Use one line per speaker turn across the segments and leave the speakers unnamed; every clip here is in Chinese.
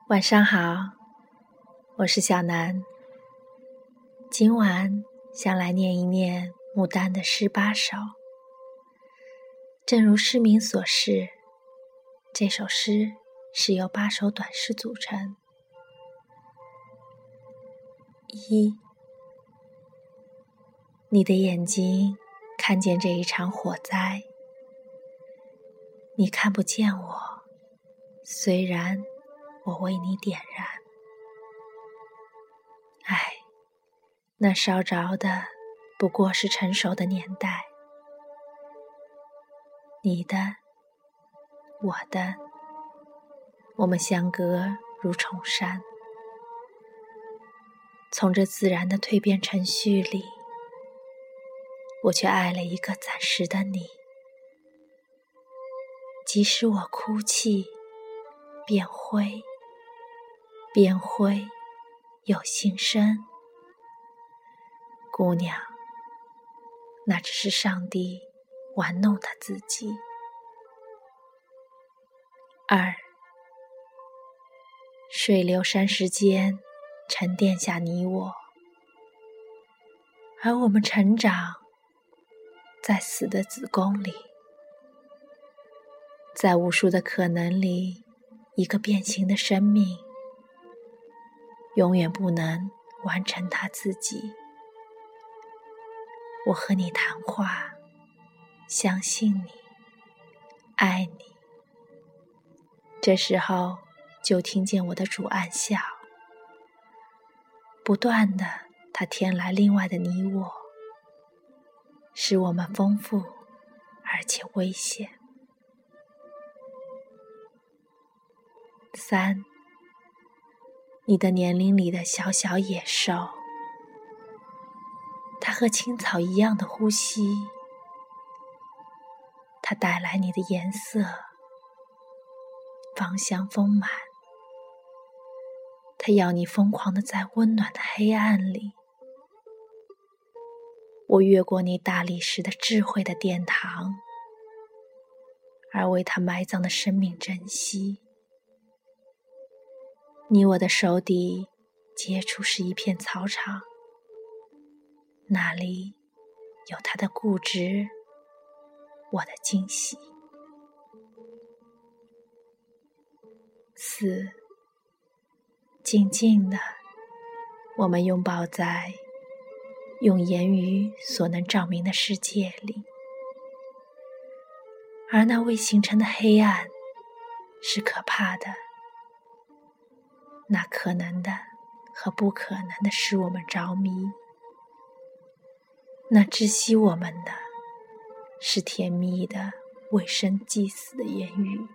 晚上好，我是小南。今晚想来念一念牡丹的诗8首。正如诗名所示，这首诗是由8首短诗组成。1，你的眼睛看见这一场火灾，你看不见我，虽然我为你点燃。唉，那烧着的不过是成熟的年代。你的，我的，我们相隔如重山。从这自然的蜕变程序里，我却爱了一个暂时的你。即使我哭泣，变灰，变灰又新生。姑娘，那只是上帝玩弄他自己。2，水流山石间沉淀下你我，而我们成长在死的子宫里，在无数的可能里，一个变形的生命永远不能完成它自己。我和你谈话，相信你，爱你，这时候就听见我的主暗笑，不断的他添来另外的你我，使我们丰富而且危险。3，你的年龄里的小小野兽，它和青草一样的呼吸，它带来你的颜色，芳香丰满，它要你疯狂地在温暖的黑暗里。我越过你大理石的智慧的殿堂，而为它埋葬的生命珍惜。你我的手底接触是一片草场，那里有它的固执，我的惊喜。4，静静的，我们拥抱在用言语所能照明的世界里，而那未形成的黑暗是可怕的，那可能的和不可能的使我们着迷，那窒息我们的是甜蜜的未生既死的言语，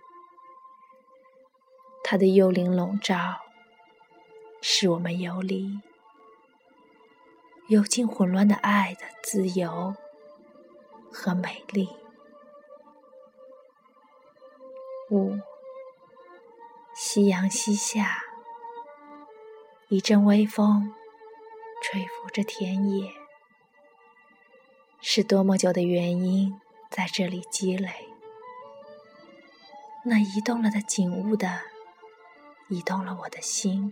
它的幽灵笼罩使我们游离，游进混乱的爱的自由和美丽。5，夕阳西下，一阵微风吹拂着田野，是多么久的原因在这里积累，那移动了的景物的移动了我的心，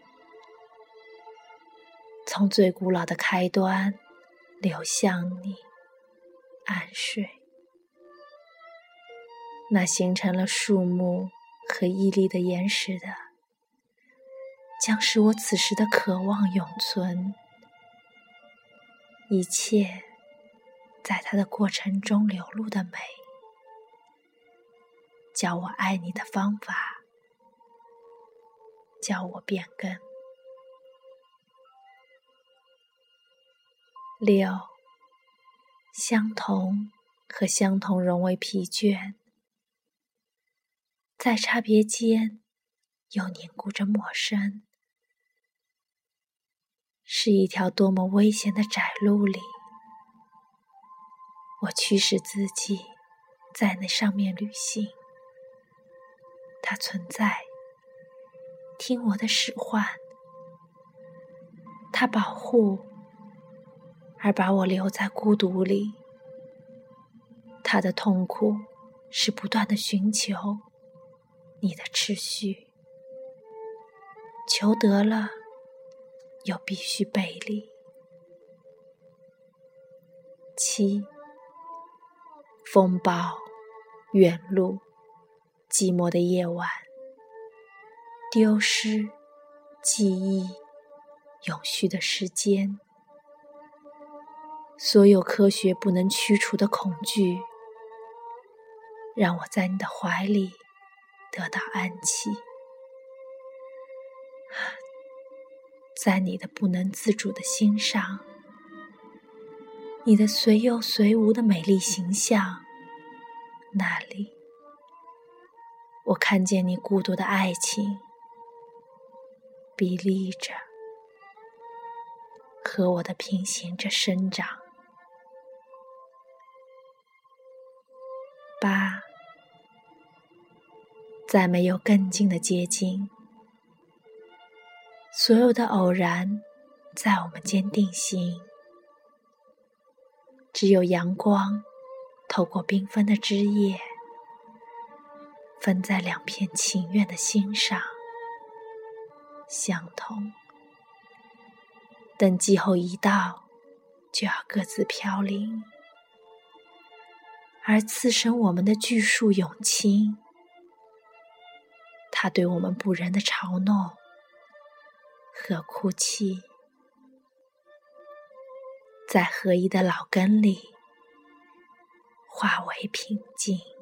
从最古老的开端流向你安睡，那形成了树木和屹立的岩石的将使我此时的渴望永存，一切在它的过程中流露的美，叫我爱你的方法，叫我变更。6，相同和相同融为疲倦，在差别间又凝固着陌生，是一条多么危险的窄路里，我驱使自己在那上面旅行。它存在，听我的使唤，它保护而把我留在孤独里，它的痛苦是不断的寻求你的秩序。 求得了又必须背离。7. 风暴、远路、寂寞的夜晚，丢失、记忆、永续的时间，所有科学不能驱除的恐惧，让我在你的怀里得到安息，在你的不能自主的心上，你的随有随无的美丽形象，那里我看见你孤独的爱情比例着和我的平行着生长。8. 再没有更近的接近，所有的偶然在我们间定型，只有阳光透过缤纷的枝叶，分在2片情愿的心上，相同。等季候一到，就要各自飘零，而刺身我们的巨树永清，它对我们不仁的嘲弄和哭泣，在合一的老根里化为平静。